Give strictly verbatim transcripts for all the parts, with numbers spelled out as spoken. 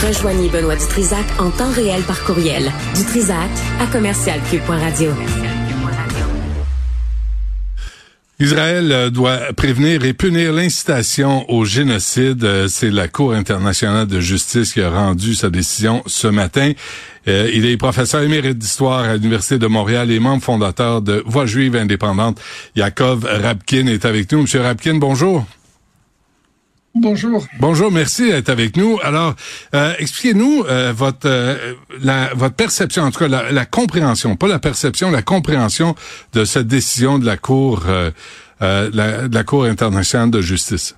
Rejoignez Benoît Dutrisac en temps réel par courriel. Dutrisac à commercial cube point radio. Israël doit prévenir et punir l'incitation au génocide. C'est la Cour internationale de justice qui a rendu sa décision ce matin. Euh, il est professeur émérite d'histoire à l'Université de Montréal et membre fondateur de Voix juive indépendante. Yaakov Rabkin est avec nous. Monsieur Rabkin, bonjour. Bonjour. Bonjour, merci d'être avec nous. Alors, euh, expliquez-nous euh, votre euh, la, votre perception, en tout cas la, la compréhension, pas la perception, la compréhension de cette décision de la Cour, euh, euh, la, de la Cour internationale de justice.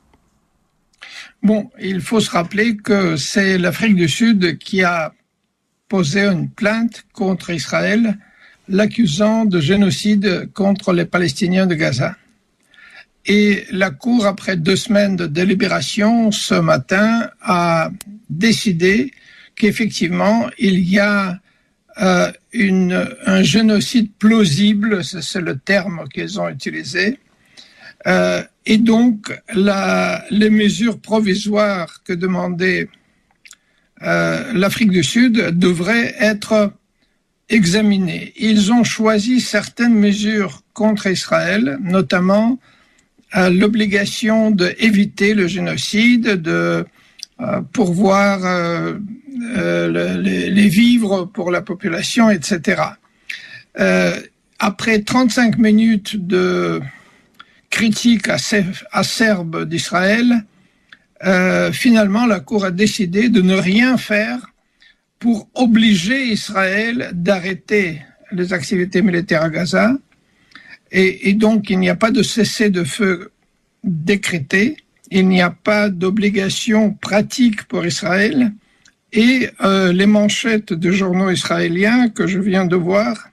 Bon, il faut se rappeler que c'est l'Afrique du Sud qui a posé une plainte contre Israël, l'accusant de génocide contre les Palestiniens de Gaza. Et la Cour, après deux semaines de délibération, ce matin, a décidé qu'effectivement, il y a euh, une, un génocide plausible, c'est, c'est le terme qu'ils ont utilisé, euh, et donc la, les mesures provisoires que demandait euh, l'Afrique du Sud devraient être examinées. Ils ont choisi certaines mesures contre Israël, notamment à l'obligation d'éviter le génocide, de euh, pourvoir euh, euh, les, les vivres pour la population, et cetera. Euh, après trente-cinq minutes de critiques acerbes d'Israël, euh, finalement la Cour a décidé de ne rien faire pour obliger Israël d'arrêter les activités militaires à Gaza. Et, et donc, il n'y a pas de cessez-le-feu décrété, il n'y a pas d'obligation pratique pour Israël, et euh, les manchettes de journaux israéliens que je viens de voir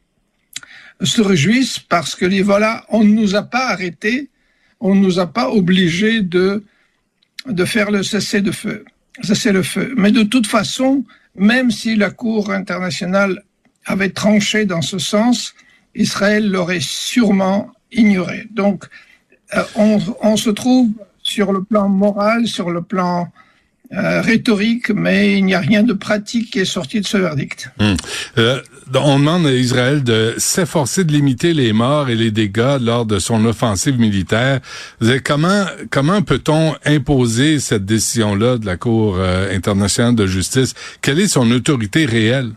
se réjouissent parce que disent, voilà, on ne nous a pas arrêtés, on ne nous a pas obligés de, de faire le cessez-le-feu, cessez-le-feu. Mais de toute façon, même si la Cour internationale avait tranché dans ce sens, Israël l'aurait sûrement ignoré. Donc, euh, on, on se trouve sur le plan moral, sur le plan euh, rhétorique, mais il n'y a rien de pratique qui est sorti de ce verdict. Hum. Euh, on demande à Israël de s'efforcer de limiter les morts et les dégâts lors de son offensive militaire. Vous savez, comment comment peut-on imposer cette décision-là de la Cour euh, internationale de justice? Quelle est son autorité réelle?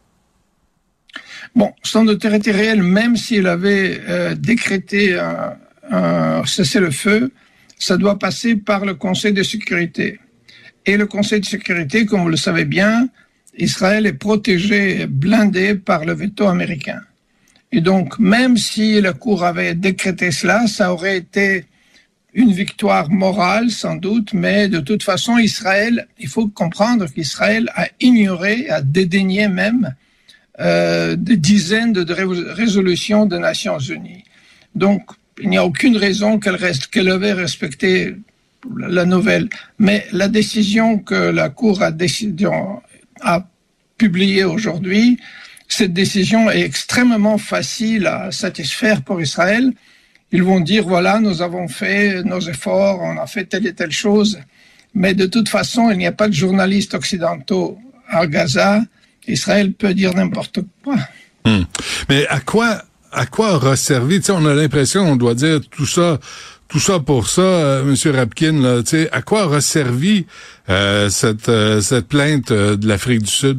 Bon, son autorité réelle, même s'il avait euh, décrété un, un cessez-le-feu, ça doit passer par le Conseil de sécurité. Et le Conseil de sécurité, comme vous le savez bien, Israël est protégé, blindé par le veto américain. Et donc, même si la Cour avait décrété cela, ça aurait été une victoire morale, sans doute, mais de toute façon, Israël, il faut comprendre qu'Israël a ignoré, a dédaigné même Euh, des dizaines de ré- résolutions des Nations Unies. Donc, il n'y a aucune raison qu'elle reste, qu'elle avait respecté la nouvelle. Mais la décision que la Cour a, décidé, a publiée aujourd'hui, cette décision est extrêmement facile à satisfaire pour Israël. Ils vont dire, voilà, nous avons fait nos efforts, on a fait telle et telle chose. Mais de toute façon, il n'y a pas de journalistes occidentaux à Gaza. Israël peut dire n'importe quoi. Hum. Mais à quoi, à quoi aura servi? Tu sais, on a l'impression qu'on doit dire tout ça, tout ça pour ça, euh, Monsieur Rabkin. Là, tu sais, à quoi aura servi euh, cette euh, cette plainte euh, de l'Afrique du Sud?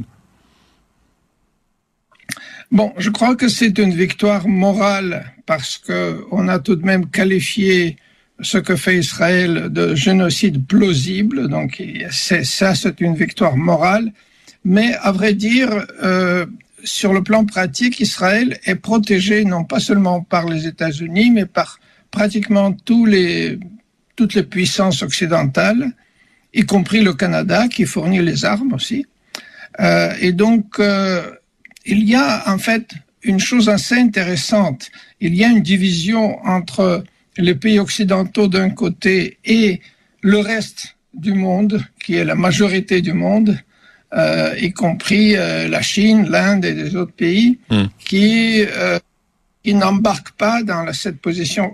Bon, je crois que c'est une victoire morale parce que on a tout de même qualifié ce que fait Israël de génocide plausible. Donc, c'est ça, c'est une victoire morale. Mais à vrai dire, euh, sur le plan pratique, Israël est protégé non pas seulement par les États-Unis, mais par pratiquement tous les, toutes les puissances occidentales, y compris le Canada qui fournit les armes aussi. Euh, et donc, euh, il y a en fait une chose assez intéressante. Il y a une division entre les pays occidentaux d'un côté et le reste du monde, qui est la majorité du monde, Euh, y compris euh, la Chine, l'Inde et des autres pays, mmh. qui, euh, qui n'embarquent pas dans la, cette position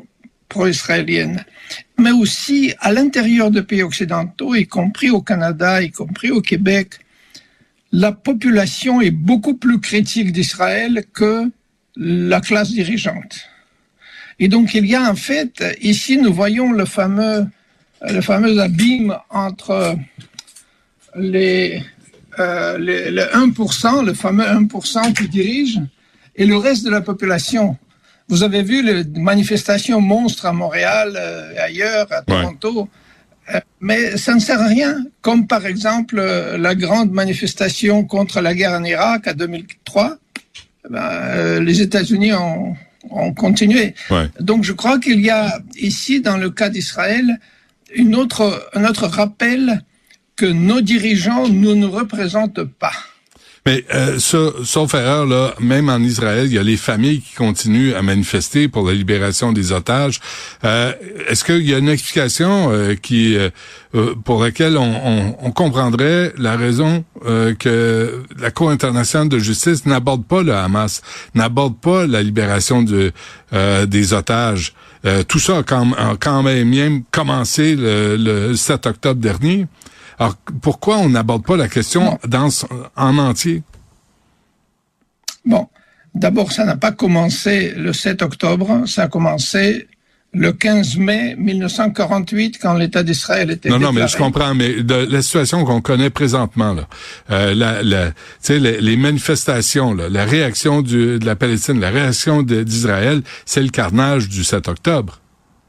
pro-israélienne, mais aussi à l'intérieur des pays occidentaux, y compris au Canada, y compris au Québec, la population est beaucoup plus critique d'Israël que la classe dirigeante. Et donc il y a en fait, ici nous voyons le fameux, le fameux abîme entre les, euh, les, le un pour cent, le fameux un pour cent qui dirige, et le reste de la population. Vous avez vu les manifestations monstres à Montréal, euh, ailleurs, à Toronto, ouais. euh, mais ça ne sert à rien, comme par exemple euh, la grande manifestation contre la guerre en Irak en deux mille trois. Ben, euh, les États-Unis ont, ont continué. Ouais. Donc je crois qu'il y a ici, dans le cas d'Israël, une autre, un autre rappel que nos dirigeants ne nous représentent pas. Mais euh, ça, sauf erreur, là, même en Israël, il y a les familles qui continuent à manifester pour la libération des otages. Euh, est-ce qu'il y a une explication euh, qui euh, pour laquelle on, on, on comprendrait la raison euh, que la Cour internationale de justice n'aborde pas le Hamas, n'aborde pas la libération de, euh, des otages? Euh, tout ça a quand, a quand même, même commencé le, le sept octobre dernier. Alors, pourquoi on n'aborde pas la question dans, en entier? Bon, d'abord, ça n'a pas commencé le sept octobre, ça a commencé le quinze mai mille neuf cent quarante-huit, quand l'État d'Israël était non, déclaré. Non, mais je comprends, mais de la situation qu'on connaît présentement, là, euh, la, la, tu sais, les, les manifestations, là, la réaction du, de la Palestine, la réaction de, d'Israël, c'est le carnage du sept octobre.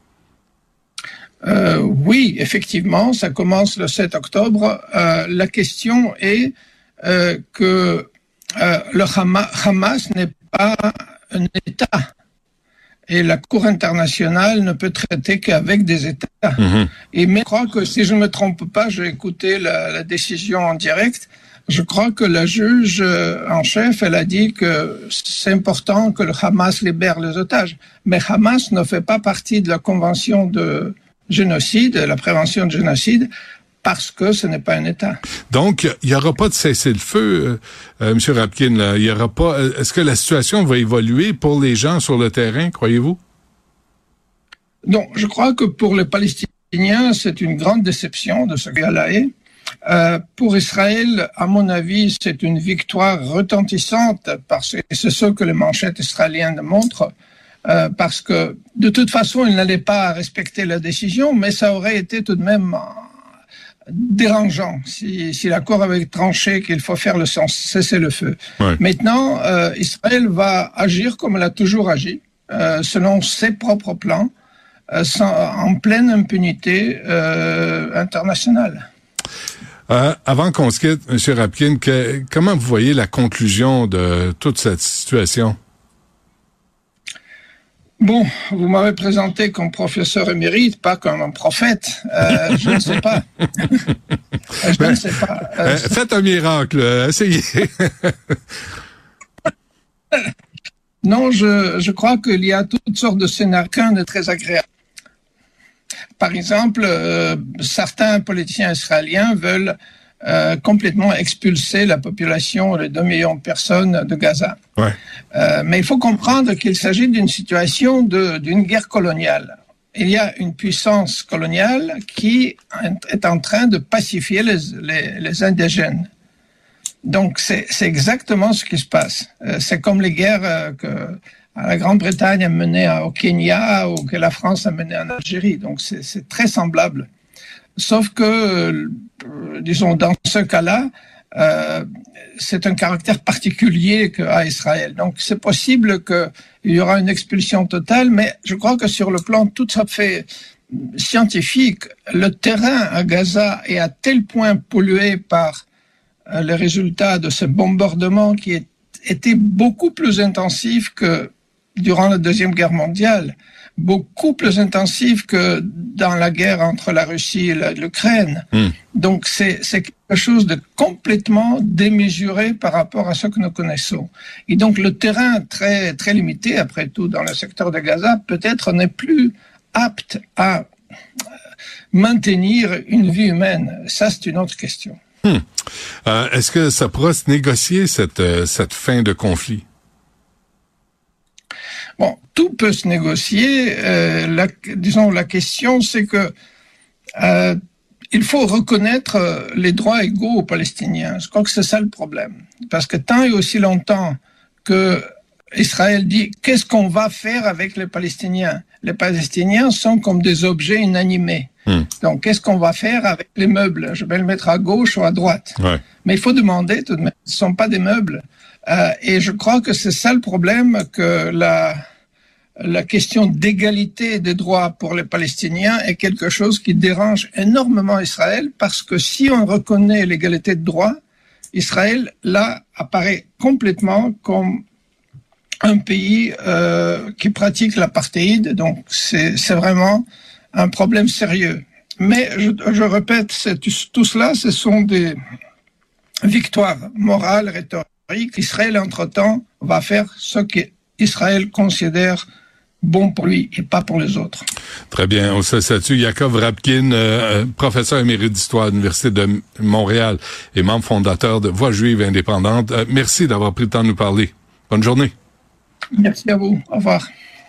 Euh, oui, effectivement, ça commence le sept octobre. Euh, la question est euh, que euh, le Hamas, Hamas n'est pas un État. Et la Cour internationale ne peut traiter qu'avec des États. Mmh. Et mais je crois que, si je ne me trompe pas, j'ai écouté la, la décision en direct, je crois que la juge en chef, elle a dit que c'est important que le Hamas libère les otages. Mais Hamas ne fait pas partie de la convention de génocide, la prévention de génocide, parce que ce n'est pas un État. Donc, il n'y aura pas de cessez-le-feu, euh, M. Rapkin. Là. Il y aura pas. Est-ce que la situation va évoluer pour les gens sur le terrain, croyez-vous? Non, je crois que pour les Palestiniens, c'est une grande déception de ce gars-là est. Euh, pour Israël, à mon avis, c'est une victoire retentissante, parce que c'est ce que les manchettes israéliennes montrent. Euh, parce que de toute façon, il n'allait pas respecter la décision, mais ça aurait été tout de même euh, dérangeant si, si la Cour avait tranché qu'il faut faire le cessez-le-feu. Ouais. Maintenant, euh, Israël va agir comme elle a toujours agi, euh, selon ses propres plans, euh, sans, en pleine impunité euh, internationale. Euh, avant qu'on se quitte, M. Rapkin, que, comment vous voyez la conclusion de toute cette situation? Bon, vous m'avez présenté comme professeur émérite, pas comme un prophète. Euh, je ne sais pas. je ben, ne sais pas. Euh, faites un miracle, essayez. non, je, je crois qu'il y a toutes sortes de scénarios de très agréables. Par exemple, euh, certains politiciens israéliens veulent Euh, complètement expulser la population de deux millions de personnes de Gaza. Ouais. Euh, mais il faut comprendre qu'il s'agit d'une situation de, d'une guerre coloniale. Il y a une puissance coloniale qui est en train de pacifier les, les, les indigènes. Donc c'est, c'est exactement ce qui se passe. Euh, c'est comme les guerres euh, que la Grande-Bretagne a menées au Kenya ou que la France a menées en Algérie. Donc c'est, c'est très semblable. Sauf que, euh, disons, dans ce cas-là, euh, c'est un caractère particulier qu'a Israël. Donc, c'est possible qu'il y aura une expulsion totale, mais je crois que sur le plan tout à fait scientifique, le terrain à Gaza est à tel point pollué par euh, les résultats de ce bombardement qui est, était beaucoup plus intensif que durant la Deuxième Guerre mondiale, beaucoup plus intensif que dans la guerre entre la Russie et la, l'Ukraine. Mm. Donc c'est, c'est quelque chose de complètement démesuré par rapport à ce que nous connaissons. Et donc le terrain très, très limité, après tout, dans le secteur de Gaza, peut-être n'est plus apte à maintenir une vie humaine. Ça, c'est une autre question. Mm. Euh, est-ce que ça pourra se négocier, cette, cette fin de conflit? Bon, tout peut se négocier. Euh, la, disons, la question, c'est que euh, il faut reconnaître les droits égaux aux Palestiniens. Je crois que c'est ça le problème. Parce que tant et aussi longtemps que Israël dit « qu'est-ce qu'on va faire avec les Palestiniens ?» Les Palestiniens sont comme des objets inanimés. Mmh. Donc, qu'est-ce qu'on va faire avec les meubles? Je vais le mettre à gauche ou à droite. Ouais. Mais il faut demander tout de même. Ce ne sont pas des meubles. Euh, et je crois que c'est ça le problème, que la, la question d'égalité des droits pour les Palestiniens est quelque chose qui dérange énormément Israël, parce que si on reconnaît l'égalité de droits, Israël, là, apparaît complètement comme un pays euh, qui pratique l'apartheid. Donc, c'est, c'est vraiment un problème sérieux. Mais, je, je répète, c'est, tout cela, ce sont des victoires morales, rhétoriques. Israël, entre-temps, va faire ce qu'Israël considère bon pour lui et pas pour les autres. Très bien. On se salue. Yaakov Rabkin, euh, professeur émérite d'histoire à l'Université de Montréal et membre fondateur de Voix juive indépendante. Euh, merci d'avoir pris le temps de nous parler. Bonne journée. Merci à vous. Au revoir.